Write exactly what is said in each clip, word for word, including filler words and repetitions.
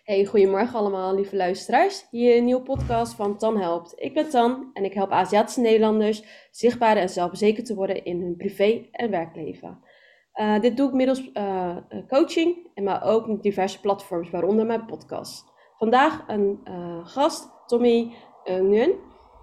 Hey, goedemorgen allemaal, lieve luisteraars. Hier een nieuwe podcast van Tan Helpt. Ik ben Tan en ik help Aziatische Nederlanders zichtbaarder en zelfverzekerd te worden in hun privé- en werkleven. Eh, dit doe ik middels eh, eh, coaching, en maar ook met diverse platforms, waaronder mijn podcast. Vandaag een eh, gast, Tommy uh, Nguyen.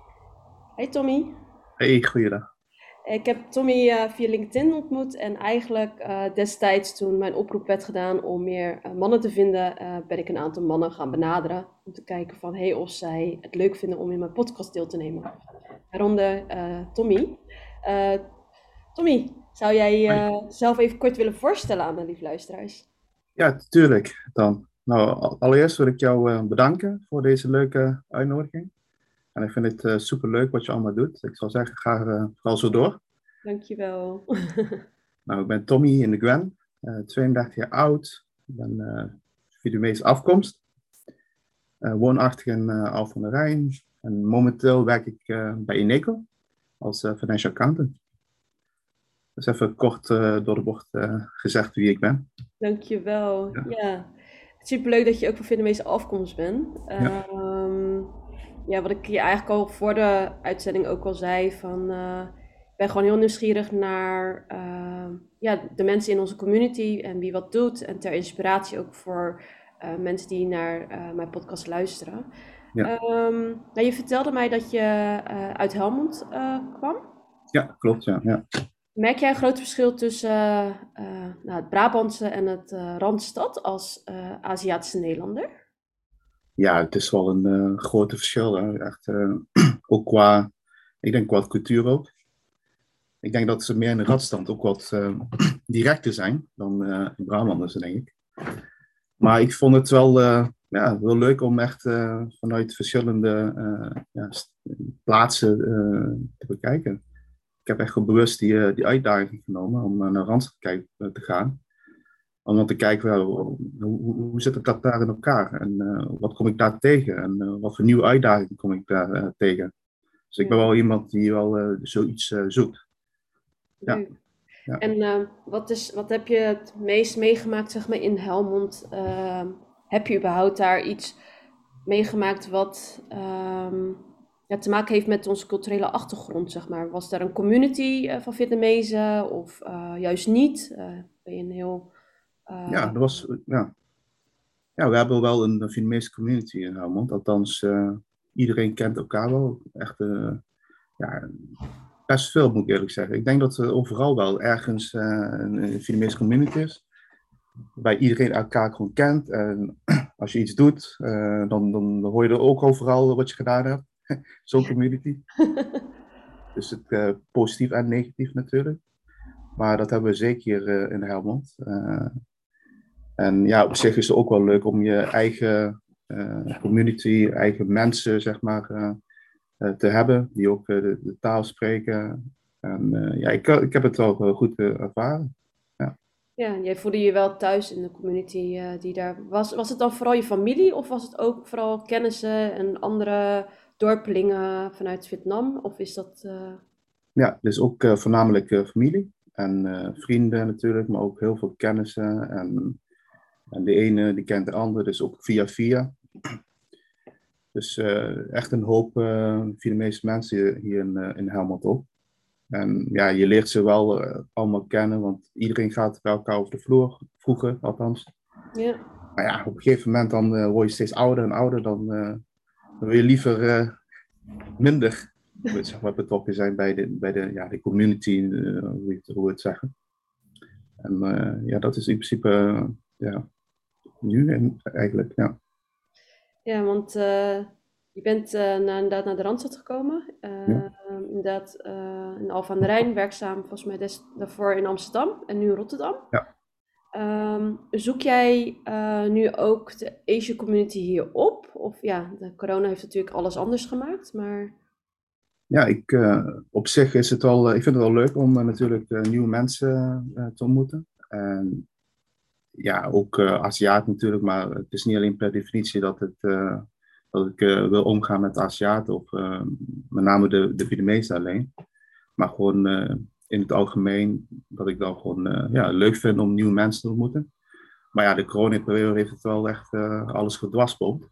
Hey Tommy. Hey, goeiedag. Ik heb Tommy eh, via LinkedIn ontmoet en eigenlijk eh, destijds toen mijn oproep werd gedaan om meer eh, mannen te vinden, eh, ben ik een aantal mannen gaan benaderen om te kijken van hey, of zij het leuk vinden om in mijn podcast deel te nemen. Waaronder eh, Tommy. Eh, Tommy, zou jij Hoi. eh, zelf even kort willen voorstellen aan de lieve luisteraars? Ja, tuurlijk dan. Nou, al- allereerst wil ik jou eh, bedanken voor deze leuke uitnodiging. En ik vind het uh, superleuk wat je allemaal doet. Ik zou zeggen, ga uh, vooral zo door. Dankjewel. Nou, ik ben Tommy in de Gwen, uh, tweeëndertig jaar oud. Ik ben uh, Vietnamese afkomst. Uh, woonachtig in uh, Alphen aan de Rijn. En momenteel werk ik uh, bij Eneco als uh, financial accountant. Dus even kort uh, door de bocht uh, gezegd wie ik ben. Dankjewel. Ja. Ja, superleuk dat je ook van Vietnamese afkomst bent. Ja. Ehm, ja, wat ik je eigenlijk al voor de uitzending ook al zei, van eh, ik ben gewoon heel nieuwsgierig naar eh, ja, de mensen in onze community en wie wat doet. En ter inspiratie ook voor eh, mensen die naar eh, mijn podcast luisteren. Ja. Ehm, nou, je vertelde mij dat je eh, uit Helmond eh, kwam. Ja, klopt. Ja. Ja. Merk jij een groot verschil tussen eh, eh, nou, het Brabantse en het eh, Randstad als eh, Aziatische Nederlander? Ja, het is wel een uh, grote verschil. Hè. Echt, uh, ook qua, ik denk qua cultuur ook. Ik denk dat ze meer in de Radstand ook wat uh, directer zijn dan uh, in Brabant, denk ik. Maar ik vond het wel, uh, ja, wel leuk om echt uh, vanuit verschillende uh, ja, plaatsen uh, te bekijken. Ik heb echt bewust die, uh, die uitdaging genomen om uh, naar Randstad te gaan. Om dan te kijken, wel, hoe, hoe, hoe zit het daar in elkaar? En uh, wat kom ik daar tegen? En uh, wat voor nieuwe uitdagingen kom ik daar uh, tegen? Dus ik ben Ja, wel iemand die wel uh, zoiets uh, zoekt. Ja, leuk. ja. En eh, wat is, wat heb je het meest meegemaakt, zeg maar, in Helmond? Eh, heb je überhaupt daar iets meegemaakt wat ehm, ja, te maken heeft met onze culturele achtergrond, zeg maar? Was daar een community eh, van Vietnamezen of eh, juist niet? Eh, ben je een heel... Ja, eh, dat was, ja. Ja, we hebben wel een Vietnamese community in Helmond. Althans, uh, iedereen kent elkaar wel. Echt, uh, ja, best veel moet ik eerlijk zeggen. Ik denk dat er overal wel ergens uh, een, een Vietnamese community is. Waarbij iedereen elkaar gewoon kent. En als je iets doet, uh, dan, dan hoor je er ook overal wat je gedaan hebt. Zo'n community. Dus het uh, positief en negatief natuurlijk. Maar dat hebben we zeker uh, in Helmond. Uh, en ja, op zich is het ook wel leuk om je eigen uh, community, eigen mensen, zeg maar, uh, uh, te hebben. Die ook uh, de, de taal spreken. En uh, ja, ik, ik heb het wel uh, goed uh, ervaren. Ja. Ja, jij voelde je wel thuis in de community eh, die daar was. Was het dan vooral je familie of was het ook vooral kennissen en andere dorpelingen vanuit Vietnam? Of is dat... eh, Ja, dus ook uh, voornamelijk uh, familie en uh, vrienden natuurlijk, maar ook heel veel kennissen. En, en de ene die kent de ander, dus ook via via. Dus uh, echt een hoop uh, Vietnamese mensen hier in, uh, in Helmond ook. En ja, je leert ze wel uh, allemaal kennen, want iedereen gaat bij elkaar over de vloer, vroeger althans. ja, Maar ja, op een gegeven moment dan uh, word je steeds ouder en ouder, dan, uh, dan wil je liever uh, minder zeg maar, betrokken zijn bij de, bij de, ja, de community, uh, hoe, je het, hoe we het zeggen. En uh, ja, dat is in principe uh, ja, nu en, eigenlijk, ja. ja, want eh, je bent eh, naar, inderdaad naar de Randstad gekomen. Ja. Eh, inderdaad eh, in Alphen aan de Rijn, werkzaam volgens mij des, daarvoor in Amsterdam en nu in Rotterdam. Ja. Ehm, zoek jij eh, nu ook de Asia community hier op? Of ja, de corona heeft natuurlijk alles anders gemaakt, maar... Ja, ik, uh, op zich is het wel, uh, ik vind het wel leuk om uh, natuurlijk uh, nieuwe mensen uh, te ontmoeten. En ja, ook uh, Aziaten natuurlijk, maar het is niet alleen per definitie dat, het, uh, dat ik uh, wil omgaan met Aziaten of uh, met name de, de Vietnamezen alleen. Maar gewoon uh, in het algemeen dat ik dan gewoon uh, ja, leuk vind om nieuwe mensen te ontmoeten. Maar ja, de coronaperiode heeft het wel echt uh, alles gedwarsboomd.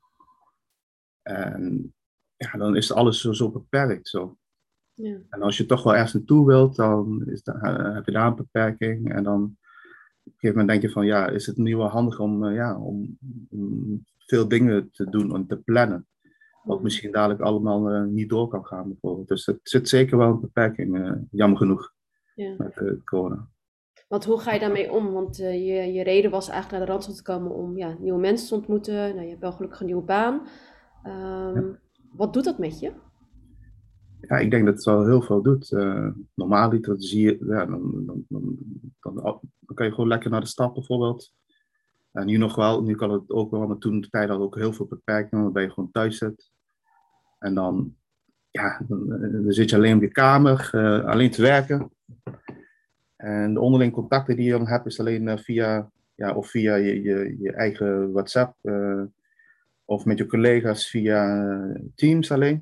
En ja, dan is alles zo, zo beperkt. Zo. Ja. En als je toch wel ergens naartoe wilt, dan is dat, uh, heb je daar een beperking. En dan op een gegeven moment denk je van, ja, is het nu wel handig om, uh, ja, om, om veel dingen te doen en te plannen. Wat misschien dadelijk allemaal uh, niet door kan gaan bijvoorbeeld. Dus het zit zeker wel een beperking, uh, jammer genoeg, Ja. met uh, corona. Want hoe ga je daarmee om? Want uh, je, je reden was eigenlijk naar de Randstad te komen om ja, nieuwe mensen te ontmoeten. Nou, je hebt wel gelukkig een nieuwe baan. Um, Ja. Wat doet dat met je? Ja, ik denk dat het wel heel veel doet. Uh, normaal niet, dat zie je, ja, dan, dan, dan, dan, dan kan je gewoon lekker naar de stad bijvoorbeeld. En nu nog wel, nu kan het ook wel, maar toen de tijd had ook heel veel beperkingen, waarbij je gewoon thuis zit. En dan, ja, dan, dan zit je alleen op je kamer, uh, alleen te werken. En de onderlinge contacten die je dan hebt, is alleen uh, via, ja, of via je, je, je eigen WhatsApp, uh, of met je collega's via uh, Teams alleen.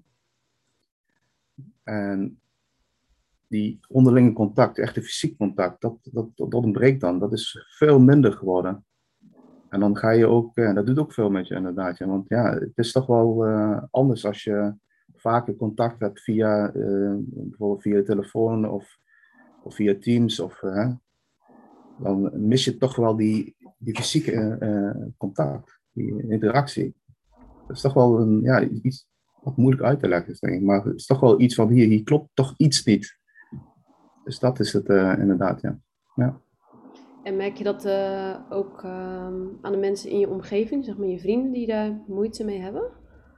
En die onderlinge contact, echt de fysiek contact, dat, dat, dat ontbreekt dan. Dat is veel minder geworden. En dan ga je ook, en dat doet ook veel met je inderdaad. Ja. Want ja, het is toch wel uh, anders als je vaker contact hebt via, uh, bijvoorbeeld via de telefoon of, of via Teams. Of, uh, dan mis je toch wel die, die fysieke uh, contact, die interactie. Dat is toch wel een, ja, iets wat moeilijk uit te leggen is, denk ik. Maar het is toch wel iets van, hier, hier klopt toch iets niet. Dus dat is het uh, inderdaad, ja. ja. En merk je dat uh, ook uh, aan de mensen in je omgeving, zeg maar je vrienden, die daar moeite mee hebben?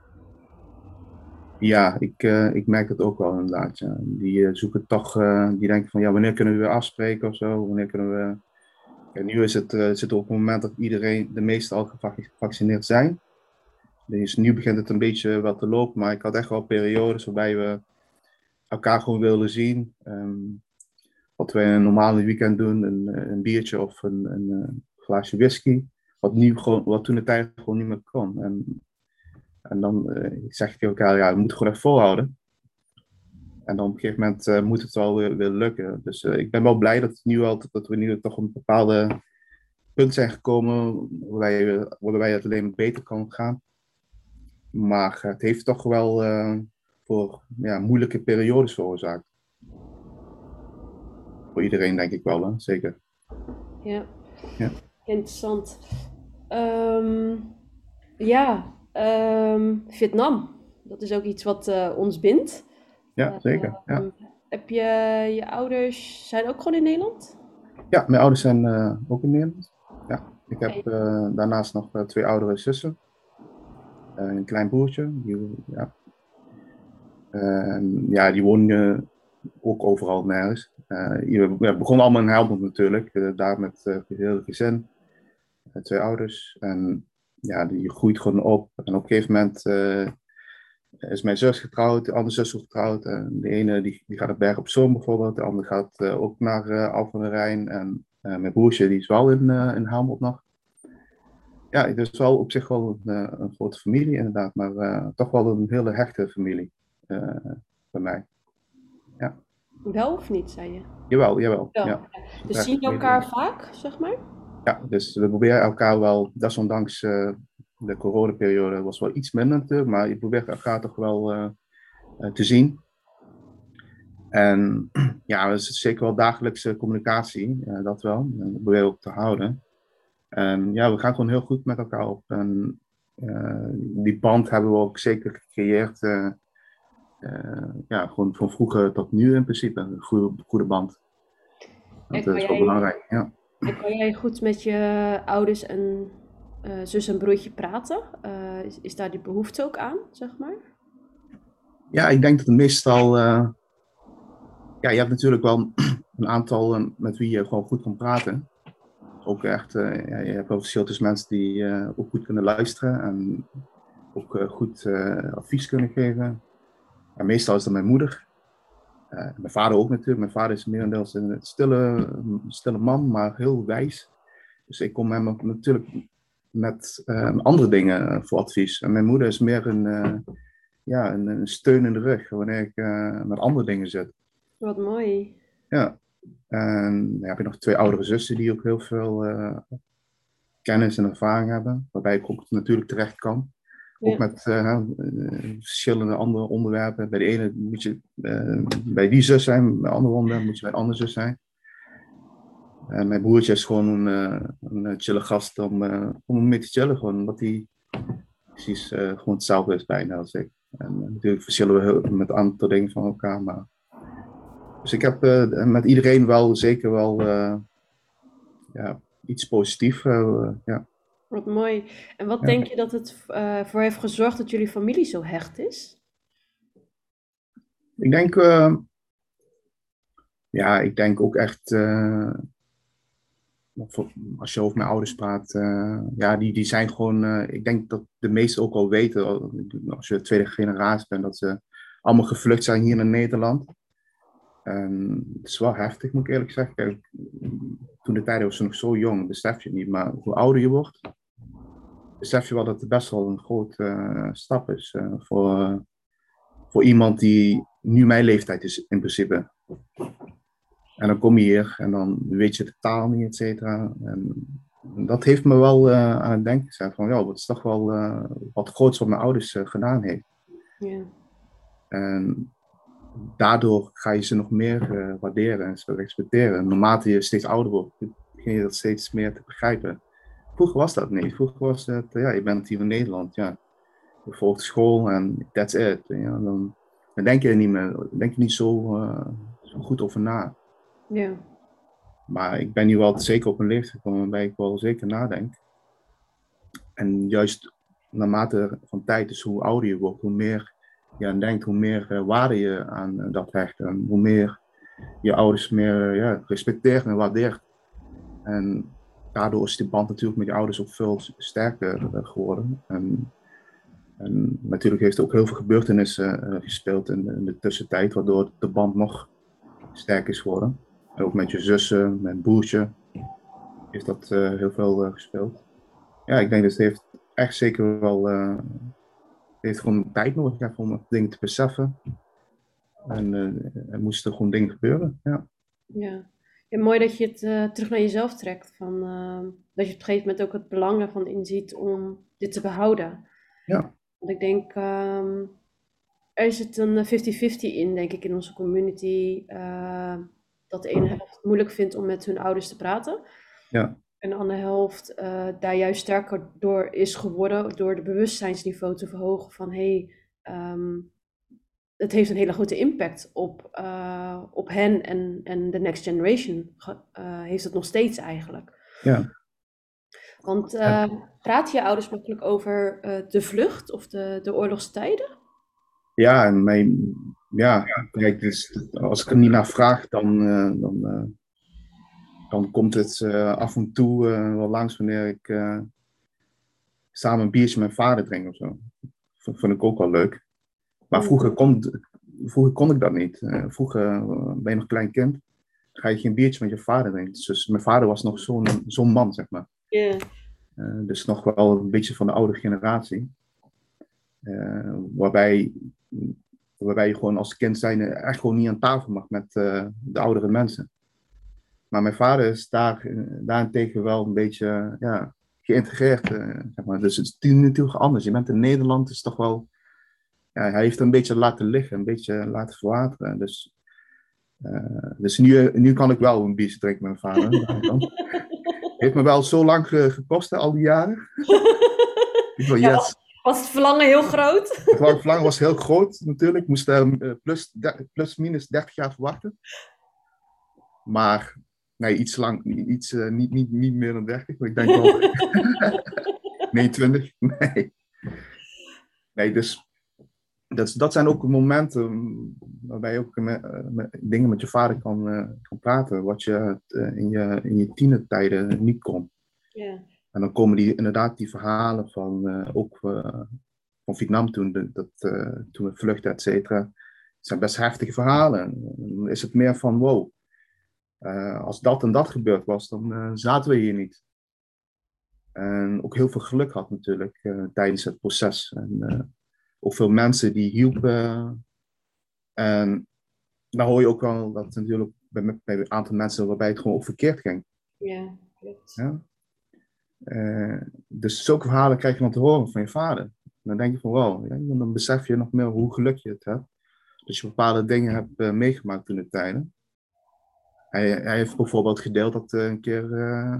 Ja, ik, uh, ik merk dat ook wel inderdaad. Ja. Die uh, zoeken toch, uh, die denken van ja, wanneer kunnen we weer afspreken of zo? Wanneer kunnen we... Ja, nu is het, uh, zit op het moment dat iedereen, de meesten al gevaccineerd zijn. Dus nu begint het een beetje wel te lopen, maar ik had echt wel periodes waarbij we elkaar gewoon wilden zien. Um, wat we een normale weekend doen, een, een biertje of een, een, een glaasje whisky. Wat, nu gewoon, wat toen de tijd gewoon niet meer kon. En, en dan uh, zeg ik tegen elkaar, ja, we moeten gewoon echt volhouden. En dan op een gegeven moment uh, moet het wel weer, weer lukken. Dus uh, ik ben wel blij dat, het nu al, dat we nu toch een bepaalde punt zijn gekomen waarbij, waarbij het alleen beter kan gaan. Maar het heeft toch wel uh, voor ja, moeilijke periodes veroorzaakt. Voor iedereen denk ik wel, hè? Zeker. Ja, ja. Interessant. Um, ja, um, Vietnam. Dat is ook iets wat uh, ons bindt. Ja, zeker. Ja. Um, heb je je ouders zijn ook gewoon in Nederland? Ja, mijn ouders zijn uh, ook in Nederland. Ja, ik heb uh, daarnaast nog uh, twee oudere zussen. Uh, een klein broertje. Die, ja. Uh, ja, die wonen ook overal nergens. Uh, we begonnen allemaal in Helmond natuurlijk. Uh, daar met uh, het hele gezin. Uh, twee ouders. En ja, die groeit gewoon op. En op een gegeven moment uh, is mijn zus getrouwd. De andere zus is getrouwd. En de ene die, die gaat naar Bergen op Zoom bijvoorbeeld. De andere gaat uh, ook naar uh, Alphen aan de Rijn. En uh, mijn broertje die is wel in, uh, in Helmond nog. Ja, het is wel op zich wel een, uh, een grote familie inderdaad. Maar uh, toch wel een hele hechte familie. Uh, bij mij. Ja. Wel of niet, zei je? Jawel, jawel. Wel. Ja. Dus zien jullie elkaar vaak, zeg maar? Ja, dus we proberen elkaar wel, desondanks uh, de coronaperiode was wel iets minder natuurlijk, maar je probeert elkaar toch wel uh, uh, te zien. En ja, het is zeker wel dagelijkse communicatie, uh, dat wel. En dat proberen we ook te houden. En ja, we gaan gewoon heel goed met elkaar op. En uh, die band hebben we ook zeker gecreëerd. Uh, Uh, ja, gewoon van vroeger tot nu in principe. Een goede, goede band. Dat is wel jij, belangrijk, ja. En kan jij goed met je ouders en uh, zus en broertje praten? Uh, is, is daar die behoefte ook aan, zeg maar? Ja, ik denk dat het meestal... Uh, ja, je hebt natuurlijk wel een aantal uh, met wie je gewoon goed kan praten. Ook echt, uh, ja, je hebt wel verschil tussen mensen die uh, ook goed kunnen luisteren en ook uh, goed uh, advies kunnen geven. En meestal is dat mijn moeder. Uh, mijn vader ook natuurlijk. Mijn vader is merendeels een stille, stille man, maar heel wijs. Dus ik kom hem natuurlijk met uh, andere dingen voor advies. En mijn moeder is meer een, uh, ja, een, een steun in de rug wanneer ik uh, met andere dingen zit. Wat mooi. Ja. En dan heb je nog twee oudere zussen die ook heel veel uh, kennis en ervaring hebben, waarbij ik ook natuurlijk terecht kan. Ook Ja. met uh, uh, verschillende andere onderwerpen. Bij de ene moet je uh, bij die zus zijn, bij de andere onderwerp moet je bij een andere zus zijn. Uh, mijn broertje is gewoon een, uh, een chille gast om, uh, om mee te chillen, gewoon, omdat hij precies uh, gewoon hetzelfde is bijna als ik. En uh, natuurlijk verschillen we heel, met een aantal dingen van elkaar, maar... Dus ik heb uh, met iedereen wel zeker wel uh, ja, iets positiefs. Uh, ja. Wat mooi. En wat Ja. denk je dat het uh, voor heeft gezorgd dat jullie familie zo hecht is? Ik denk, uh, ja, ik denk ook echt, uh, als je over mijn ouders praat, uh, ja, die, die zijn gewoon, uh, ik denk dat de meesten ook al weten, als je de tweede generatie bent, dat ze allemaal gevlucht zijn hier naar Nederland. En het is wel heftig, moet ik eerlijk zeggen. Kijk, toen de tijd was ze nog zo jong, besef je niet. Maar hoe ouder je wordt, besef je wel dat het best wel een grote uh, stap is. Uh, voor, uh, voor iemand die nu mijn leeftijd is, in principe. En dan kom je hier en dan weet je de taal niet, et cetera. En dat heeft me wel uh, aan het denken gezet. Van, ja, dat is toch wel uh, wat groots wat mijn ouders uh, gedaan heeft. Ja. En daardoor ga je ze nog meer uh, waarderen en ze respecteren. Naarmate je steeds ouder wordt, begin je dat steeds meer te begrijpen. Vroeger was dat niet. Vroeger was het, uh, ja, je bent hier in Nederland, ja. Je volgt school en that's it. Ja. Dan, dan denk je er niet meer, denk je niet zo, uh, zo goed over na. Ja. Maar ik ben nu wel zeker op een leeftijd gekomen waarbij ik wel zeker nadenk. En juist naarmate van tijd, dus hoe ouder je wordt, hoe meer je aan denkt, hoe meer uh, waarde je aan uh, dat hecht. En hoe meer je ouders meer uh, ja, respecteert en waardeert. En daardoor is die band natuurlijk met je ouders ook veel sterker uh, geworden. En, en natuurlijk heeft er ook heel veel gebeurtenissen uh, gespeeld in de, in de tussentijd, waardoor de band nog sterker is geworden. En ook met je zussen, met broertje, heeft dat uh, heel veel uh, gespeeld. Ja, ik denk dat het heeft echt zeker wel... Uh, Het heeft gewoon tijd nodig ja, om dingen te beseffen. En uh, er moesten gewoon dingen gebeuren. Ja. Ja. Ja, mooi dat je het uh, terug naar jezelf trekt. Van, uh, dat je op een gegeven moment ook het belang ervan inziet om dit te behouden. Ja. Want ik denk, um, er is het een vijftig vijftig in, denk ik, in onze community. Uh, dat de ene helft het moeilijk vindt om met hun ouders te praten. Ja. En de andere helft uh, daar juist sterker door is geworden. Door het bewustzijnsniveau te verhogen van... Hey, um, het heeft een hele grote impact op, uh, op hen en, en de next generation. Uh, heeft het nog steeds eigenlijk. Ja. Want uh, praat je ouders makkelijk over uh, de vlucht of de, de oorlogstijden? Ja, en mijn, ja, kijk, dus, als ik er niet naar vraag, dan, uh, dan, uh, dan komt het uh, af en toe uh, wel langs wanneer ik uh, samen een biertje met mijn vader drink of zo. Dat vond ik ook wel leuk. Maar vroeger kon, vroeger kon ik dat niet. Uh, vroeger uh, ben je nog een klein kind, ga je geen biertje met je vader drinken. Dus mijn vader was nog zo'n zo'n man, zeg maar. Yeah. Uh, dus nog wel een beetje van de oude generatie. Uh, waarbij, waarbij je gewoon als kind zijn echt gewoon niet aan tafel mag met uh, de oudere mensen. Maar mijn vader is daar, daarentegen wel een beetje ja, geïntegreerd. Uh, zeg maar. Dus het is natuurlijk anders. Je bent in Nederland, is toch wel... Ja, hij heeft een beetje laten liggen, een beetje laten verwateren. Dus, uh, dus nu, nu kan ik wel een biertje drinken met mijn vader. Dan. Heeft me wel zo lang gekost, al die jaren. Ik dacht, Ja, yes. was, was het verlangen heel groot? Het verlangen was heel groot natuurlijk. Ik moest uh, plus, plus minus dertig jaar verwachten. Maar nee, iets lang, iets, uh, niet, niet, niet meer dan dertig. Maar ik denk wel... nee, twintig. Nee. Nee, dus... Dat, dat zijn ook momenten waarbij je ook met, met, dingen met je vader kan, uh, kan praten, wat je uh, in je, in je tienertijden niet kon. Yeah. En dan komen die, inderdaad die verhalen van uh, ook uh, van Vietnam toen, de, dat, uh, toen we vluchten, et cetera. Het zijn best heftige verhalen. Dan is het meer van, wow, uh, als dat en dat gebeurd was, dan uh, zaten we hier niet. En ook heel veel geluk had natuurlijk uh, tijdens het proces. En, uh, ook veel mensen die hielpen. En dan hoor je ook wel dat natuurlijk bij, bij een aantal mensen waarbij het gewoon ook verkeerd ging. Ja, klopt. Ja? Uh, dus zulke verhalen krijg je dan te horen van je vader. En dan denk je van wow, ja, dan besef je nog meer hoe gelukkig je het hebt. Dat je bepaalde dingen hebt uh, meegemaakt toen de tijden. Hij, hij heeft bijvoorbeeld gedeeld dat uh, een keer... Uh,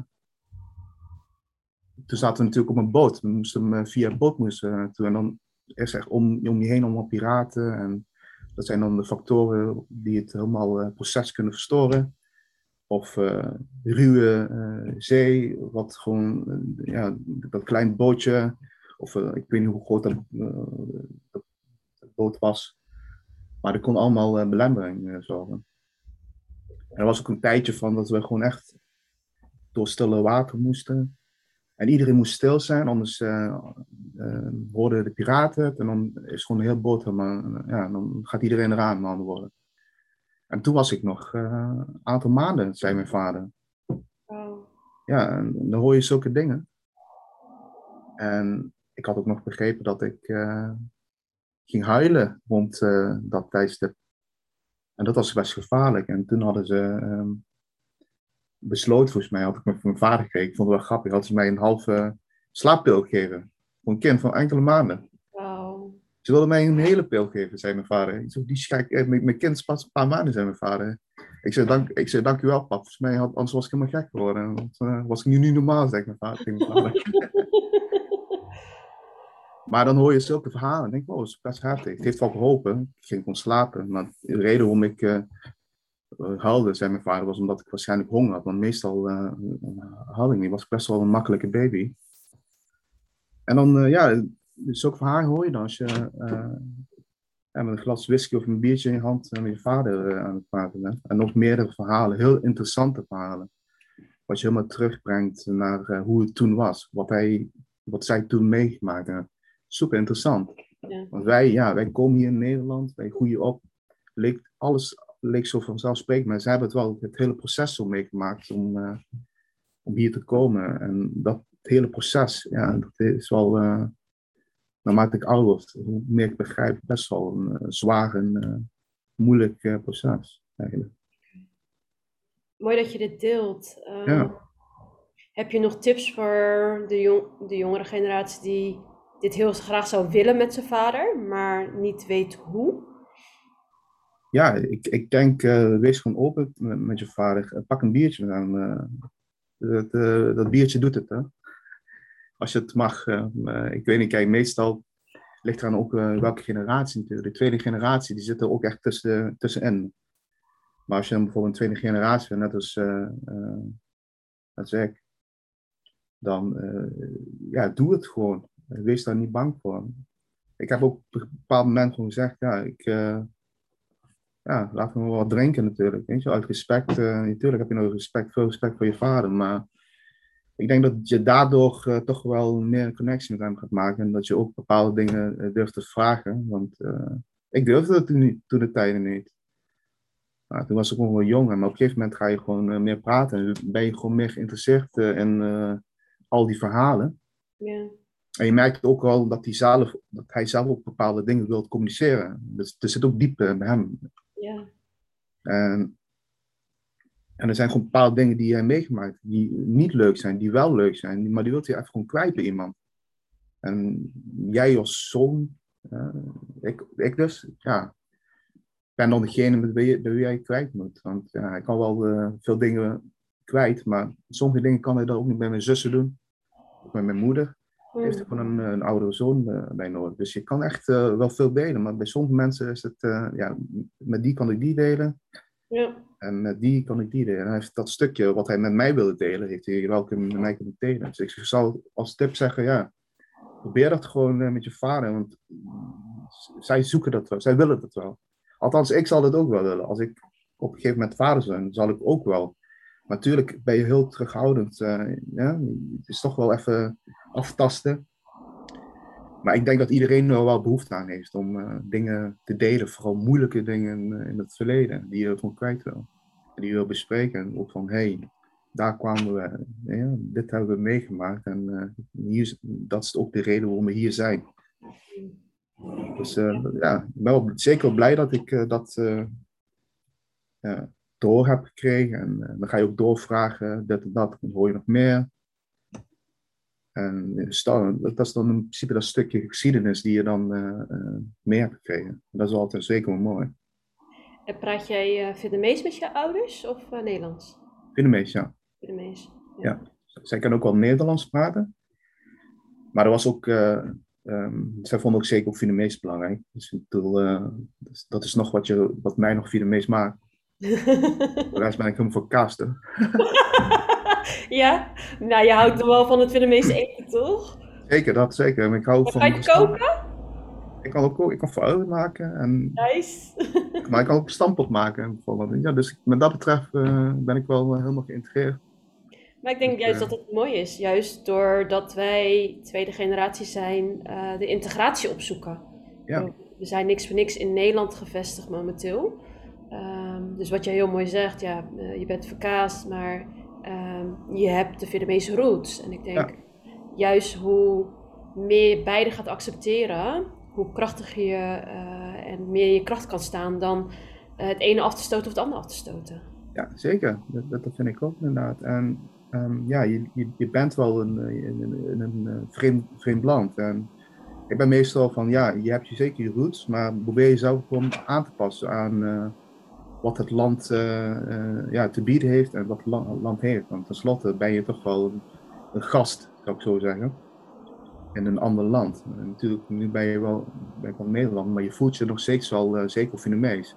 toen zaten we natuurlijk op een boot. We moesten hem uh, via een boot moesten uh, toe. En dan is er om, om je heen allemaal piraten. En dat zijn dan de factoren die het helemaal uh, proces kunnen verstoren. Of uh, ruwe uh, zee, wat gewoon, uh, ja, dat klein bootje. Of uh, ik weet niet hoe groot dat, uh, dat, dat boot was. Maar er kon allemaal uh, belemmering uh, zorgen. En er was ook een tijdje van dat we gewoon echt door stille water moesten. En iedereen moest stil zijn, anders uh, uh, hoorden de piraten het. En dan is gewoon een heel boot helemaal, ja, dan gaat iedereen eraan, met andere woorden. En toen was ik nog uh, een aantal maanden, zei mijn vader. Wow. Ja, en dan hoor je zulke dingen. En ik had ook nog begrepen dat ik uh, ging huilen rond uh, dat tijdstip. En dat was best gevaarlijk. En toen hadden ze um, besloten, volgens mij, had ik met mijn vader gekeken. Ik vond het wel grappig. Hadden ze mij een halve slaappil gegeven. Voor een kind van enkele maanden. Wow. Ze wilden mij een hele pil geven, zei mijn vader. Ik zei, die schijk, eh, mijn, mijn kind is pas een paar maanden, zei mijn vader. Ik zei, dank, ik zei, dank u wel, pap. Volgens mij had, anders was ik helemaal gek geworden. Want, uh, was ik nu niet normaal, zei mijn vader. Tegen mijn vader. Maar dan hoor je zulke verhalen en denk ik, oh, dat is best heftig. Het heeft wel geholpen. Ik ging gewoon slapen. Maar de reden waarom ik uh, huilde, zei mijn vader, was omdat ik waarschijnlijk honger had. Want meestal uh, huilde ik niet. Was ik best wel een makkelijke baby. En dan, uh, ja, zulke verhalen hoor je dan als je uh, ja, met een glas whisky of een biertje in je hand uh, met je vader uh, aan het praten bent. En nog meerdere verhalen, heel interessante verhalen. Wat je helemaal terugbrengt naar uh, hoe het toen was. Wat, hij, wat zij toen meegemaakt hebben. Super interessant. Ja. Want wij, ja, wij komen hier in Nederland, wij groeien op. Leek, alles leek zo vanzelfsprekend, maar zij hebben het wel het hele proces zo meegemaakt om, uh, om hier te komen. En dat hele proces, ja, dat is wel, uh, naarmate ik ouder word, hoe meer ik begrijp, best wel een uh, zwaar en uh, moeilijk uh, proces eigenlijk. Mooi dat je dit deelt. Uh, Ja. Heb je nog tips voor de, jong, de jongere generatie die dit heel graag zou willen met zijn vader, maar niet weet hoe? Ja, ik, ik denk, uh, wees gewoon open met, met je vader. Uh, pak een biertje met hem. Uh, dat, uh, dat biertje doet het, hè. Als je het mag. Uh, uh, ik weet niet, kijk, meestal ligt eraan ook uh, welke generatie natuurlijk. De tweede generatie, die zit er ook echt tussen, tussenin. Maar als je dan bijvoorbeeld een tweede generatie, net als, uh, uh, als ik, dan uh, ja, doe het gewoon. Wees daar niet bang voor. Ik heb ook op een bepaald moment gewoon gezegd, ja, ik... Uh, ja, laten we wel wat drinken natuurlijk. Weet je? Uit respect, uh, natuurlijk heb je nog respect, veel respect voor je vader, maar ik denk dat je daardoor uh, toch wel meer een connectie met hem gaat maken en dat je ook bepaalde dingen uh, durft te vragen, want uh, ik durfde het toen, niet, toen de tijden niet. Nou, toen was ik gewoon wel jong, maar op een gegeven moment ga je gewoon uh, meer praten en ben je gewoon meer geïnteresseerd uh, in uh, al die verhalen. Ja. En je merkt ook wel dat hij zelf, dat hij zelf ook bepaalde dingen wil communiceren. Dus er zit ook diep uh, bij hem. Ja. En, en er zijn gewoon bepaalde dingen die hij meegemaakt die niet leuk zijn, die wel leuk zijn, maar die wil hij even gewoon kwijt bij iemand. En jij als zoon, uh, ik, ik dus, ja, ben dan degene met wie, bij wie hij kwijt moet. Want ja, hij kan wel uh, veel dingen kwijt, maar sommige dingen kan hij dat ook niet bij mijn zussen doen, of met mijn moeder. Hij heeft gewoon een, een oudere zoon uh, bij nodig. Dus je kan echt uh, wel veel delen, maar bij sommige mensen is het, uh, ja, met die kan ik die delen. Ja. En met die kan ik die delen. En hij heeft dat stukje wat hij met mij wilde delen, heeft hij wel met mij kunnen delen. Dus ik zou als tip zeggen, ja, probeer dat gewoon uh, met je vader. Want zij zoeken dat wel, zij willen dat wel. Althans, ik zal dat ook wel willen. Als ik op een gegeven moment vader ben, zal ik ook wel. Maar natuurlijk ben je heel terughoudend. Uh, ja? Het is toch wel even aftasten. Maar ik denk dat iedereen er wel behoefte aan heeft om uh, dingen te delen. Vooral moeilijke dingen in, in het verleden. Die je gewoon kwijt wil. En die je wil bespreken. En ook van, hé, hey, daar kwamen we. Ja, dit hebben we meegemaakt. En uh, hier, dat is ook de reden waarom we hier zijn. Dus uh, ja, ik ben wel zeker blij dat ik uh, dat uh, uh, door heb gekregen. En uh, dan ga je ook doorvragen, dit en dat. Dan hoor je nog meer. En dus dat, dat is dan in principe dat stukje geschiedenis die je dan uh, uh, mee hebt gekregen. Dat is altijd zeker wel mooi. En praat jij uh, Vietnamees met je ouders of uh, Nederlands? Vietnamees, ja. Vietnamees, ja. ja. Zij kan ook wel Nederlands praten. Maar er was ook, uh, um, zij vonden ook zeker ook Vietnamees belangrijk. Dus ik bedoel, uh, dat is nog wat, je, wat mij nog Vietnamees maakt. De rest ben ik helemaal voor kaasten. Ja? Nou, je houdt toch wel van het Vietnamese eten, toch? Zeker, dat zeker. Ik hou van... Kan je koken? Ik kan ook koken. Ik kan fruit maken. En... Nice. Maar ik kan ook stampot maken, bijvoorbeeld. Ja, dus met dat betreft uh, ben ik wel uh, helemaal geïntegreerd. Maar ik denk dus, juist uh... dat het mooi is. Juist doordat wij tweede generatie zijn, uh, de integratie opzoeken. Ja. We zijn niks voor niks in Nederland gevestigd momenteel. Um, dus wat je heel mooi zegt, ja, uh, je bent verkaasd, maar um, je hebt de Vietnamese roots. En ik denk, ja. juist hoe meer je beide gaat accepteren, hoe krachtiger je uh, en meer je kracht kan staan dan uh, het ene af te stoten of het andere af te stoten. Ja, zeker. Dat, dat vind ik ook inderdaad. En um, ja, je, je, je bent wel in, in, in, in een vreemd, vreemd land. En ik ben meestal van, ja, je hebt je zeker je roots, maar probeer jezelf gewoon aan te passen aan uh, wat het land uh, uh, ja, te bieden heeft en wat het land, land heeft. Want tenslotte ben je toch wel een, een gast, zou ik zo zeggen, in een ander land. En natuurlijk, nu ben je wel, ben ik wel Nederland, maar je voelt je nog steeds wel uh, zeker Vietnamees.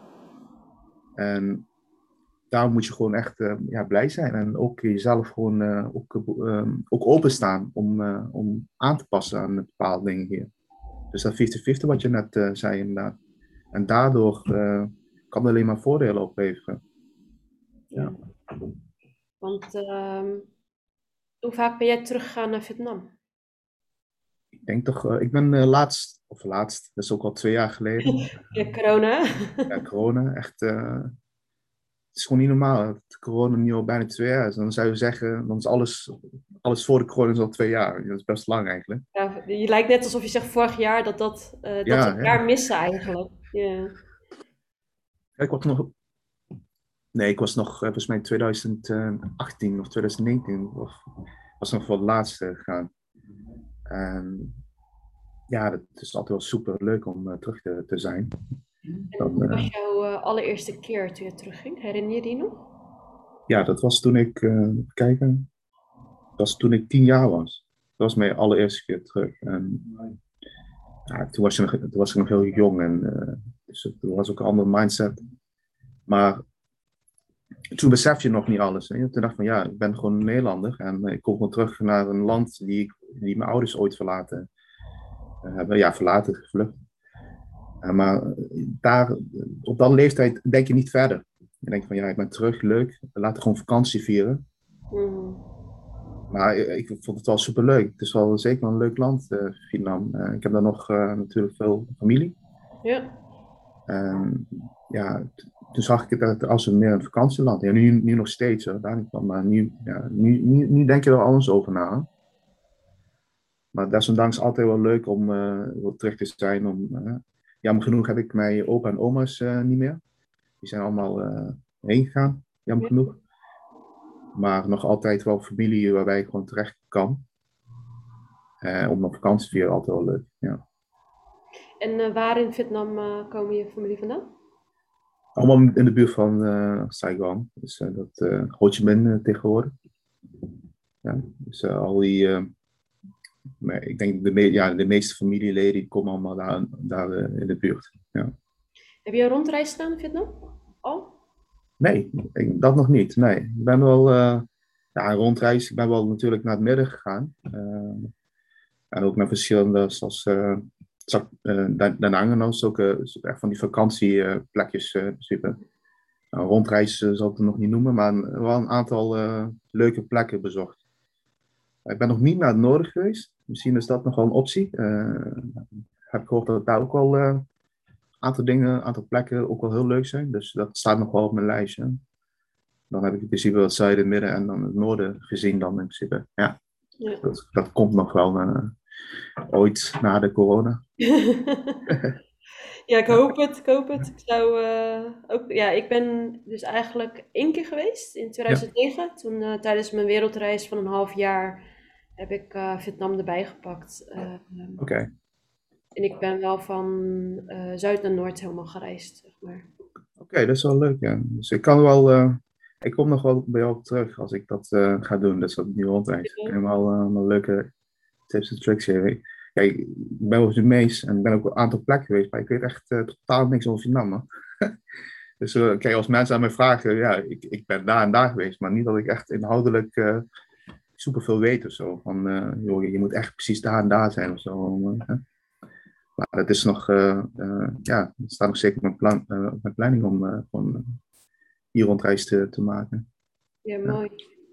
En daarom moet je gewoon echt uh, ja, blij zijn en ook jezelf gewoon uh, ook, uh, ook openstaan om, uh, om aan te passen aan bepaalde dingen hier. Dus dat vijftig vijftig wat je net uh, zei inderdaad. En daardoor uh, kan het alleen maar voordelen opleveren. Ja. Want uh, hoe vaak ben jij teruggegaan naar Vietnam? Ik denk toch, uh, ik ben uh, laatst, of laatst, dat is ook al twee jaar geleden. Ja, corona. Ja, corona, echt... Uh, het is gewoon niet normaal. Dat corona nu al bijna twee jaar is. Dan zou je zeggen, dan is alles, alles voor de corona is al twee jaar. Dat is best lang eigenlijk. Ja, je lijkt net alsof je zegt vorig jaar dat, dat, uh, dat ja, we het ja. jaar missen eigenlijk. Yeah. Ik was nog... Nee, ik was nog volgens mij twintig achttien of twintig negentien. Of, was nog voor het laatste gegaan. En ja, het is altijd wel super leuk om uh, terug te, te zijn. En wat was jouw uh, allereerste keer toen je terugging? Herinner je die nog? Ja, dat was toen ik, uh, kijken, dat was toen ik tien jaar was. Dat was mijn allereerste keer terug. En, ja, toen, was je nog, toen was ik nog heel jong en uh, dus het was ook een andere mindset. Maar toen besef je nog niet alles. Hè. Toen dacht ik van ja, ik ben gewoon een Nederlander en ik kom gewoon terug naar een land die, die mijn ouders ooit verlaten uh, hebben. Ja, verlaten, gevlucht. Uh, maar daar, op dat leeftijd denk je niet verder. Je denkt van ja, ik ben terug, leuk. Laten we gewoon vakantie vieren. Mm. Maar ik vond het wel superleuk. Het is wel zeker wel een leuk land, uh, Vietnam. Uh, ik heb daar nog uh, natuurlijk veel familie. Ja. En ja, t- toen zag ik het als een meer een vakantieland. Ja, nu, nu nog steeds, hoor, daar niet van. Maar nu, ja, nu, nu, nu denk je er anders over na. Maar desondanks altijd wel leuk om uh, terug te zijn. Om, uh, jammer genoeg heb ik mijn opa en oma's uh, niet meer. Die zijn allemaal uh, heen gegaan, jammer Ja. genoeg. Maar nog altijd wel familie waarbij ik gewoon terecht kan. Uh, om op vakantie te vieren, altijd wel leuk. Ja. En uh, waar in Vietnam uh, komen je familie vandaan? Allemaal in de buurt van uh, Saigon. Dus uh, dat uh, Ho Chi Minh uh, tegenwoordig. Ja, dus uh, al die... Uh, maar ik denk de, me ja, de meeste familieleden die komen allemaal daar, daar uh, in de buurt. Ja. Heb je een rondreis gedaan in Vietnam? Al? Nee, ik, dat nog niet. Nee, ik ben wel... Uh, ja, een rondreis. Ik ben wel natuurlijk naar het midden gegaan. Uh, en ook naar verschillende, zoals... Uh, Uh, Da Nang en ook, uh, echt van die vakantieplekjes uh, in principe. Nou, rondreis uh, zal ik het nog niet noemen, maar een, wel een aantal uh, leuke plekken bezocht. Uh, ik ben nog niet naar het noorden geweest. Misschien is dat nog wel een optie. Uh, heb ik gehoord dat daar ook wel een uh, aantal dingen, een aantal plekken ook wel heel leuk zijn. Dus dat staat nog wel op mijn lijstje. Dan heb ik in principe het zuiden, het midden en dan het noorden gezien dan in principe. Ja, ja. Dat, dat komt nog wel. Uh, Ooit na de corona. Ja, ik hoop het, ik hoop het. Ik zou uh, ook, ja, ik ben dus eigenlijk één keer geweest in tweeduizend negen. Ja. Toen uh, tijdens mijn wereldreis van een half jaar heb ik uh, Vietnam erbij gepakt. Uh, Oké. Okay. En ik ben wel van uh, Zuid naar Noord helemaal gereisd, zeg maar. Oké, okay, dat is wel leuk, ja. Dus ik kan wel... Uh, ik kom nog wel bij jou op terug als ik dat uh, ga doen. Dus dat die rondreis. Ik kan wel uh, wel leuke tips en tricks geven. Kijk, ik ben wel de meest en ik ben ook een aantal plekken geweest, maar ik weet echt uh, totaal niks over Vietnam. Dus uh, kijk, als mensen aan mij vragen, ja, ik, ik ben daar en daar geweest, maar niet dat ik echt inhoudelijk uh, superveel weet of zo. Van, uh, joh, je moet echt precies daar en daar zijn of zo. Uh, maar het is nog, uh, uh, ja, het staat nog zeker op mijn, plan, uh, op mijn planning om uh, gewoon uh, hier rondreis te, te maken. Ja, mooi.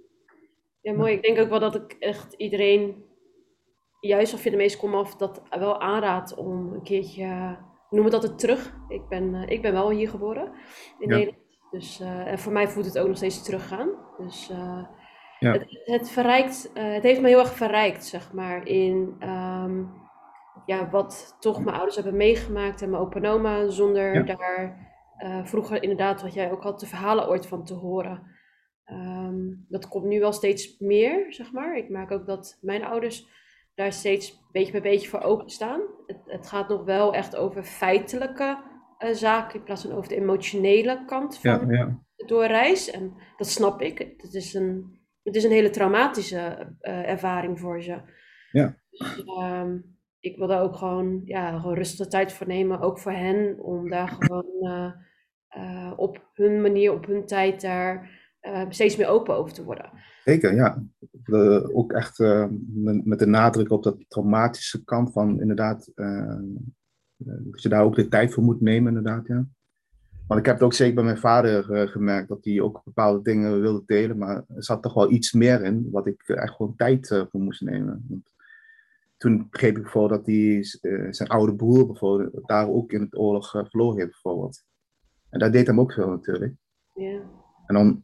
Ja, mooi. Ik denk ook wel dat ik echt iedereen, juist of je ermee komt af, dat wel aanraad om een keertje, we noemen dat het terug. Ik ben, uh, ik ben wel hier geboren in ja. Nederland. Dus, uh, en voor mij voelt het ook nog steeds teruggaan. Dus uh, ja. het, het verrijkt, uh, het heeft me heel erg verrijkt, zeg maar, in um, ja, wat toch mijn ouders hebben meegemaakt en mijn opa en oma, zonder ja. daar uh, vroeger inderdaad, wat jij ook had, de verhalen ooit van te horen. Um, dat komt nu wel steeds meer, zeg maar. Ik merk ook dat mijn ouders daar steeds beetje bij beetje voor openstaan. Het, het gaat nog wel echt over feitelijke uh, zaken in plaats van over de emotionele kant van ja, ja. de doorreis. En dat snap ik. Het is een, het is een hele traumatische uh, ervaring voor ze. Ja. Dus, um, ik wil daar ook gewoon, ja, gewoon rustig tijd voor nemen, ook voor hen, om daar gewoon uh, uh, op hun manier, op hun tijd daar uh, steeds meer open over te worden. Zeker, ja. De, ook echt uh, met, met de nadruk op dat traumatische kant van inderdaad, uh, dat je daar ook de tijd voor moet nemen, inderdaad, ja. Want ik heb het ook zeker bij mijn vader uh, gemerkt, dat hij ook bepaalde dingen wilde delen, maar er zat toch wel iets meer in, wat ik echt gewoon tijd uh, voor moest nemen. Want toen begreep ik bijvoorbeeld dat hij uh, zijn oude broer bijvoorbeeld daar ook in het oorlog uh, verloren heeft, bijvoorbeeld. En dat deed hem ook veel natuurlijk. Yeah. En dan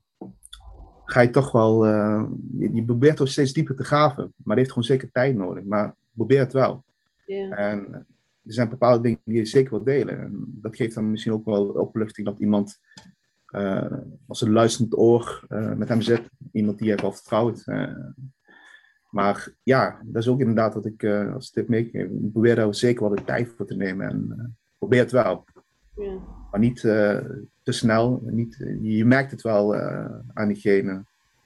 ga je toch wel, uh, je, je probeert toch steeds dieper te graven, maar het heeft gewoon zeker tijd nodig, maar probeer het wel. Yeah. En er zijn bepaalde dingen die je zeker wilt delen. En dat geeft dan misschien ook wel opluchting dat iemand uh, als een luisterend oor uh, met hem zit, iemand die je wel vertrouwt. Uh, maar ja, dat is ook inderdaad wat ik uh, als tip meegeef. Probeer daar zeker wel de tijd voor te nemen en uh, probeer het wel. Yeah. Maar niet uh, te snel. Niet, uh, je merkt het wel uh, aan diegene.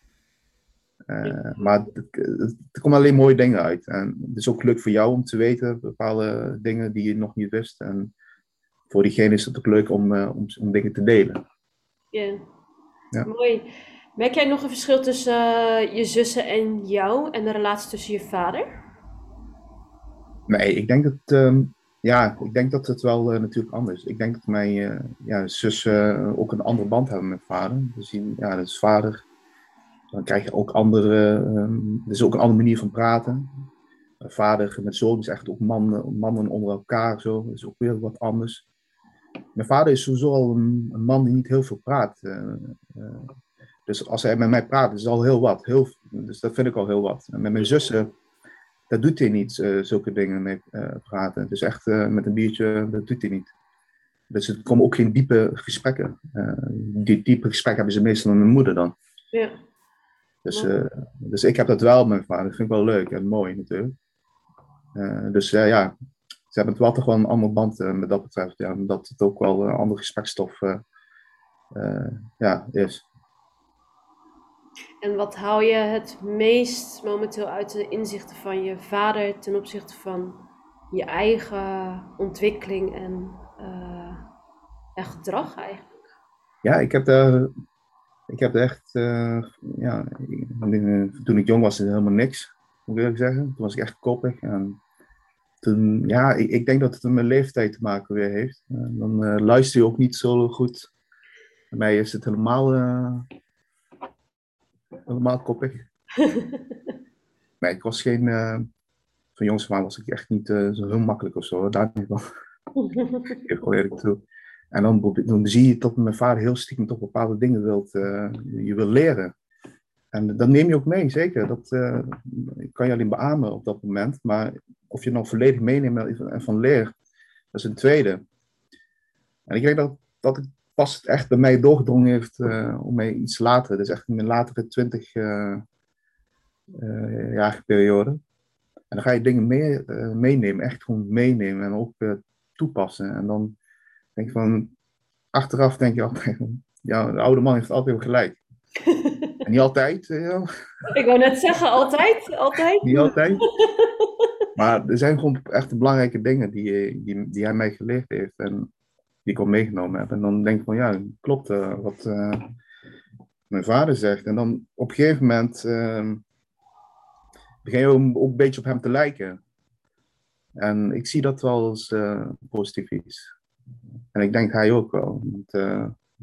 Uh, maar er komen alleen mooie dingen uit. En het is ook leuk voor jou om te weten bepaalde dingen die je nog niet wist. En voor diegene is het ook leuk om, uh, om, om dingen te delen. Yeah. Ja, mooi. Merk jij nog een verschil tussen uh, je zussen en jou en de relatie tussen je vader? Nee, ik denk dat, um, ja, ik denk dat het wel uh, natuurlijk anders is. Ik denk dat mijn uh, ja, zussen uh, ook een andere band hebben met vader. Dus die, ja, dat is vader. Dan krijg je ook andere, um, er is ook een andere manier van praten. Uh, vader met zoon is echt ook mannen, mannen onder elkaar, zo. Dat is ook weer wat anders. Mijn vader is sowieso al een, een man die niet heel veel praat. Uh, uh, dus als hij met mij praat, is al heel wat. Heel, dus dat vind ik al heel wat. En met mijn zussen, dat doet hij niet, uh, zulke dingen mee uh, praten. Dus echt uh, met een biertje, dat doet hij niet. Dus er komen ook geen diepe gesprekken. Uh, die diepe gesprekken hebben ze meestal met mijn moeder dan. Ja. Dus, uh, dus ik heb dat wel met mijn vader. Dat vind ik wel leuk en mooi natuurlijk. Uh, dus uh, ja, ze hebben het wel toch wel een andere band uh, met dat betreft. Ja, dat het ook wel een andere gesprekstof uh, uh, ja, is. En wat haal je het meest momenteel uit de inzichten van je vader ten opzichte van je eigen ontwikkeling en uh, ja, gedrag eigenlijk? Ja, ik heb daar, ik heb echt, uh, ja, toen ik jong was, was er helemaal niks, moet ik eerlijk zeggen. Toen was ik echt koppig. En toen, ja, ik, ik denk dat het met mijn leeftijd te maken weer heeft. Uh, dan uh, luister je ook niet zo goed. Bij mij is het helemaal, uh, helemaal koppig. Nee, ik was geen, uh, van jongs af aan was ik echt niet uh, zo heel makkelijk of zo. Daar niet van. Ik geef wel eerlijk toe. En dan, dan zie je dat mijn vader heel stiekem toch bepaalde dingen wilt, uh, je wil leren. En dat neem je ook mee, zeker. Dat uh, kan je alleen beamen op dat moment. Maar of je dan volledig meeneemt en van leer, dat is een tweede. En ik denk dat, dat het pas echt bij mij doorgedrongen heeft uh, om mij iets later, dus echt in mijn latere twintig, uh, uh, jarige periode. En dan ga je dingen mee, uh, meenemen, echt gewoon meenemen en ook uh, toepassen. En dan denk je van, achteraf denk je altijd, ja, de oude man heeft altijd wel gelijk. En niet altijd, ja. Ik wou net zeggen, altijd, altijd. Niet altijd. Maar er zijn gewoon echt belangrijke dingen die, die, die hij mij geleerd heeft en die ik ook meegenomen heb. En dan denk ik van, ja, klopt uh, wat uh, mijn vader zegt. En dan op een gegeven moment uh, begin je ook, ook een beetje op hem te lijken. En ik zie dat wel als uh, positief iets. En ik denk hij ook wel. Want, uh,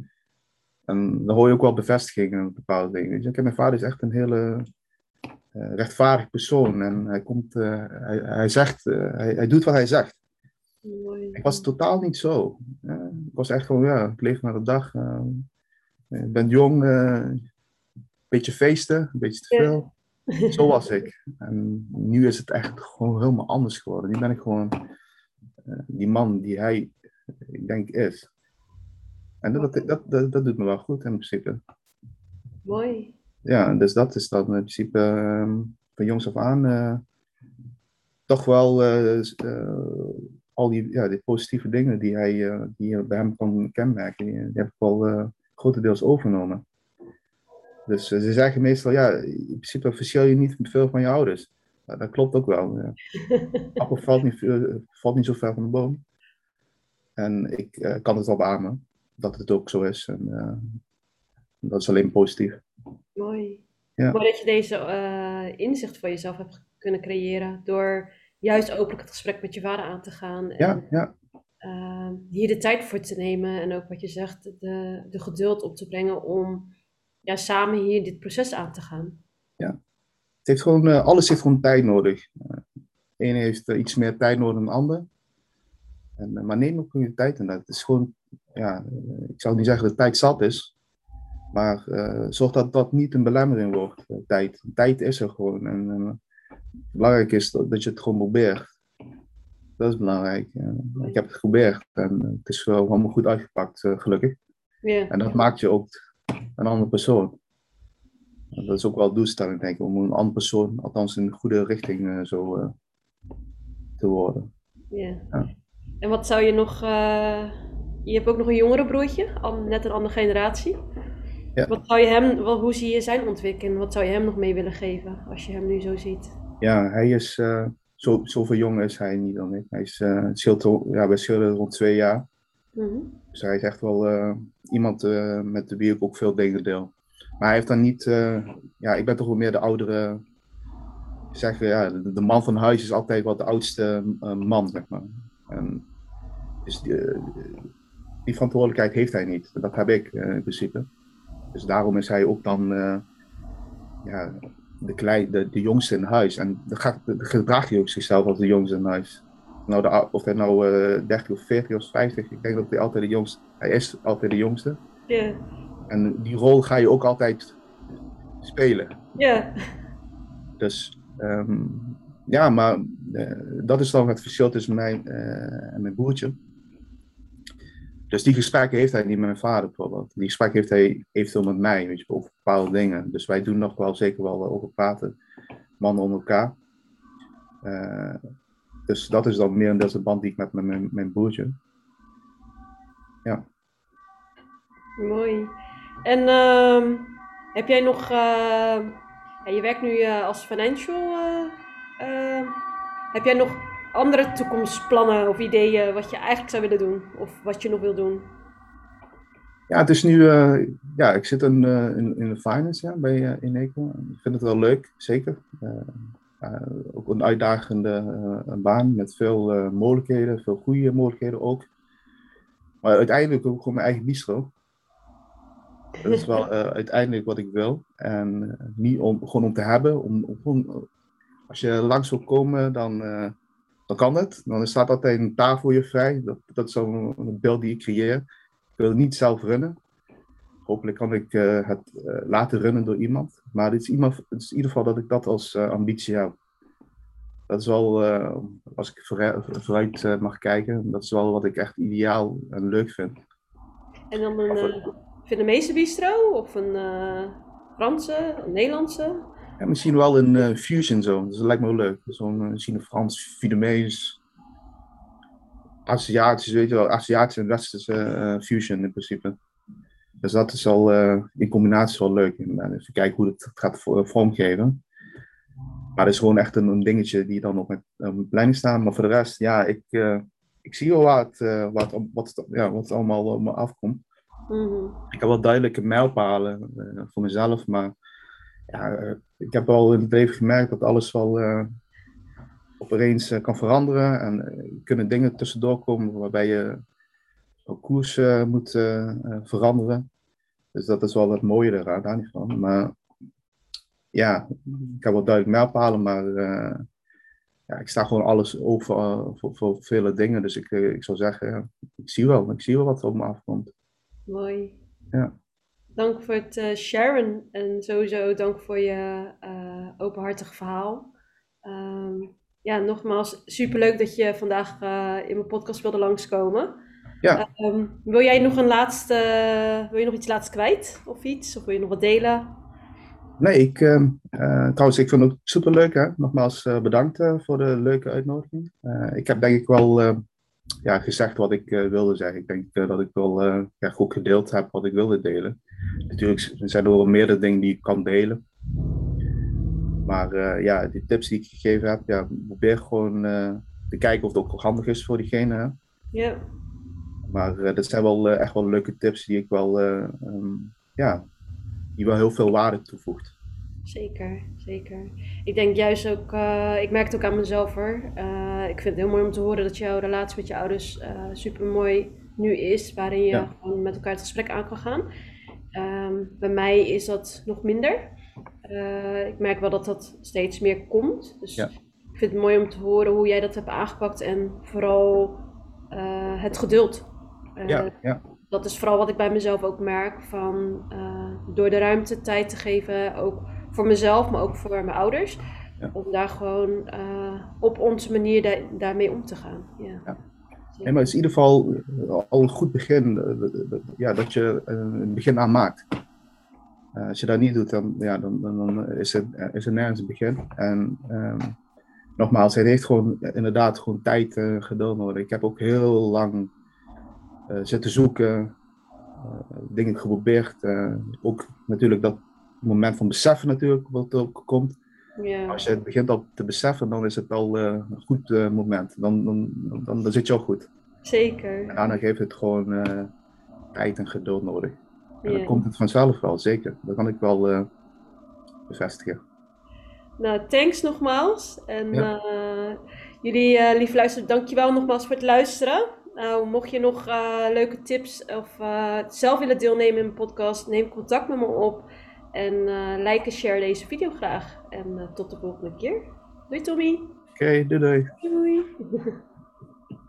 en dan hoor je ook wel bevestigingen op bepaalde dingen. Dus mijn vader is echt een hele uh, rechtvaardig persoon. En hij, komt, uh, hij, hij zegt, uh, hij, hij doet wat hij zegt. Mooi. Ik was totaal niet zo. Uh, ik was echt gewoon, ja, ik leef naar de dag. Uh, ik ben jong, uh, een beetje feesten, een beetje te veel. Ja. Zo was ik. En nu is het echt gewoon helemaal anders geworden. Nu ben ik gewoon uh, die man die hij, ik denk, is. En dat, dat, dat, dat, dat doet me wel goed in principe. Mooi. Ja, dus dat is dan in principe uh, van jongs af aan uh, toch wel uh, uh, al die, ja, die positieve dingen die, hij, uh, die je bij hem kan kenmerken, die, die heb ik wel uh, grotendeels overgenomen. Dus uh, ze zeggen meestal, ja, in principe verschil je niet veel van je ouders. Ja, dat klopt ook wel. Ja. Appel valt niet, uh, valt niet zo ver van de boom. En ik uh, kan het wel beamen dat het ook zo is. En uh, dat is alleen positief. Mooi. Ja. Mooi dat je deze uh, inzicht voor jezelf hebt kunnen creëren door juist openlijk het gesprek met je vader aan te gaan. En ja, ja. Uh, hier de tijd voor te nemen en ook wat je zegt, de, de geduld op te brengen om ja, samen hier dit proces aan te gaan. Ja, het heeft gewoon, uh, alles heeft gewoon tijd nodig. Uh, de ene heeft uh, iets meer tijd nodig dan de ander. En, uh, maar neem ook je tijd in dat. Het is gewoon, ja, uh, ik zou niet zeggen dat tijd zat is, maar uh, zorg dat dat niet een belemmering wordt. Uh, tijd. tijd is er gewoon. En uh, belangrijk is dat, dat je het gewoon probeert. Dat is belangrijk. Uh, ik heb het geprobeerd en uh, het is wel allemaal goed uitgepakt, uh, gelukkig. Yeah. En dat maakt je ook een andere persoon. En dat is ook wel de doelstelling, denk ik, om een andere persoon, althans in de goede richting, uh, zo uh, te worden. Yeah. Ja. En wat zou je nog... Uh, je hebt ook nog een jongere broertje, net een andere generatie. Ja. Wat zou je hem, wat, hoe zie je zijn ontwikkeling? Wat zou je hem nog mee willen geven als je hem nu zo ziet? Ja, hij is... Uh, zo, zoveel jonger is hij niet dan ik. Hij is, uh, het scheelt, ja, wij schillen rond twee jaar. Mm-hmm. Dus hij is echt wel uh, iemand uh, met wie ik ook veel dingen deel. Maar hij heeft dan niet... Uh, ja, ik ben toch wel meer de oudere... Zeg, ja, de, de man van huis is altijd wat de oudste uh, man, zeg maar. En dus die, uh, die verantwoordelijkheid heeft hij niet. Dat heb ik uh, in principe. Dus daarom is hij ook dan... Uh, ja, de, klei, de, de jongste in huis. En dan gaat, gedraagt hij ook zichzelf als de jongste in huis. Nou, de, of hij nou uh, dertig of veertig of vijftig, ik denk dat hij altijd de jongste... Hij is altijd de jongste. Ja. Yeah. En die rol ga je ook altijd spelen. Ja. Yeah. Dus um, ja, maar uh, dat is dan het verschil tussen mij uh, en mijn broertje. Dus die gesprekken heeft hij niet met mijn vader bijvoorbeeld. Die gesprekken heeft hij eventueel met mij, weet je, over bepaalde dingen. Dus wij doen nog wel zeker wel over praten, mannen onder elkaar. Uh, dus dat is dan meer een de band die ik met mijn, mijn, mijn broertje. Ja. Mooi. En uh, heb jij nog... Uh, ja, je werkt nu uh, als financial. Uh, uh, heb jij nog andere toekomstplannen of ideeën wat je eigenlijk zou willen doen? Of wat je nog wil doen? Ja, het is nu... Uh, ja, ik zit in, uh, in, in de finance ja, bij uh, Eneco. Ik vind het wel leuk, zeker. Uh, uh, ook een uitdagende uh, baan met veel uh, mogelijkheden. Veel goede mogelijkheden ook. Maar uiteindelijk ook gewoon mijn eigen bistro. Dat is wel uh, uiteindelijk wat ik wil. En uh, niet om, gewoon om te hebben. Om, om, om, als je langs wil komen, dan, uh, dan kan het. Dan staat altijd een tafel voor je vrij. Dat, dat is zo'n een beeld die ik creëer. Ik wil het niet zelf runnen. Hopelijk kan ik uh, het uh, laten runnen door iemand. Maar het is, iemand, het is in ieder geval dat ik dat als uh, ambitie heb. Dat is wel, uh, als ik vooruit, vooruit uh, mag kijken, dat is wel wat ik echt ideaal en leuk vind. En dan een uh, Vietnamese bistro? Of een uh, Franse, een Nederlandse? Ja, misschien wel een eh, fusion zo. Dus dat lijkt me wel leuk. Zo'n uh, misschien een Frans, Vietnamees, Aziatisch, weet je wel, Aziatische en Westerse eh, fusion in principe. Dus dat is al eh, in combinatie wel leuk. En, even kijken hoe het gaat vormgeven. Maar dat is gewoon echt een, een dingetje die dan op mijn, op mijn planning staat. Maar voor de rest, ja, ik, uh, ik zie wel waar het, uh, wat, wat, het, ja, wat het allemaal op me afkomt. Mm-hmm. Ik heb wel duidelijke mijlpalen uh, voor mezelf. Maar ja, uh, ik heb wel in het leven gemerkt dat alles wel uh, opeens uh, kan veranderen. En er kunnen dingen tussendoor komen waarbij je ook koers uh, moet uh, uh, veranderen. Dus dat is wel het mooie eraan, daar niet van. Maar ja, ik heb wel duidelijk mijlpalen, maar uh, ja, ik sta gewoon alles open uh, voor, voor vele dingen. Dus ik, uh, ik zou zeggen, ja, ik zie wel, ik zie wel wat er op me afkomt. Mooi. Ja. Dank voor het uh, sharen en sowieso dank voor je uh, openhartig verhaal. Um, ja, nogmaals, superleuk dat je vandaag uh, in mijn podcast wilde langskomen. Ja. Um, wil jij nog een laatste, wil je nog iets laatst kwijt of iets? Of wil je nog wat delen? Nee, ik, uh, uh, trouwens, ik vind het superleuk. Hè? Nogmaals uh, bedankt uh, voor de leuke uitnodiging. Uh, ik heb denk ik wel uh, ja, gezegd wat ik uh, wilde zeggen. Ik denk uh, dat ik wel uh, ja, goed gedeeld heb wat ik wilde delen. Natuurlijk zijn er wel meerdere dingen die ik kan delen. Maar uh, ja, die tips die ik gegeven heb, ja, probeer gewoon uh, te kijken of het ook handig is voor diegene. Hè? Ja. Maar uh, dat zijn wel uh, echt wel leuke tips die ik wel, uh, um, ja, die wel heel veel waarde toevoegt. Zeker, zeker. Ik denk juist ook, uh, ik merk het ook aan mezelf hoor. Uh, ik vind het heel mooi om te horen dat jouw relatie met je ouders uh, super mooi nu is, waarin je ja. gewoon met elkaar het gesprek aan kan gaan. Um, bij mij is dat nog minder. Uh, ik merk wel dat dat steeds meer komt. Dus ja. Ik vind het mooi om te horen hoe jij dat hebt aangepakt en vooral uh, het geduld. Uh, ja, ja. Dat is vooral wat ik bij mezelf ook merk, van uh, door de ruimte tijd te geven, ook voor mezelf, maar ook voor mijn ouders. Ja. Om daar gewoon uh, op onze manier da daarmee om te gaan. Ja. Ja. Nee, maar het is in ieder geval al een goed begin, ja, dat je een begin aan maakt. Uh, als je dat niet doet, dan, ja, dan, dan, dan is, het, is er nergens een begin. En um, nogmaals, het heeft gewoon inderdaad gewoon tijd uh, geduld nodig. Ik heb ook heel lang uh, zitten zoeken, uh, dingen geprobeerd. Uh, ook natuurlijk dat moment van beseffen natuurlijk, wat ook komt. Ja. Als je het begint al te beseffen, dan is het al uh, een goed uh, moment. Dan, dan, dan, dan zit je al goed. Zeker. En daarna geeft het gewoon uh, tijd en geduld nodig. En ja. dan komt het vanzelf wel, zeker. Dat kan ik wel uh, bevestigen. Nou, thanks nogmaals. En ja. uh, jullie, uh, lieve luisteraars, dankjewel nogmaals voor het luisteren. Nou, mocht je nog uh, leuke tips of uh, zelf willen deelnemen in mijn podcast, neem contact met me op. En uh, like en share deze video graag. En uh, tot de volgende keer. Doei Tommy. Oké, okay, doei doei. Doei.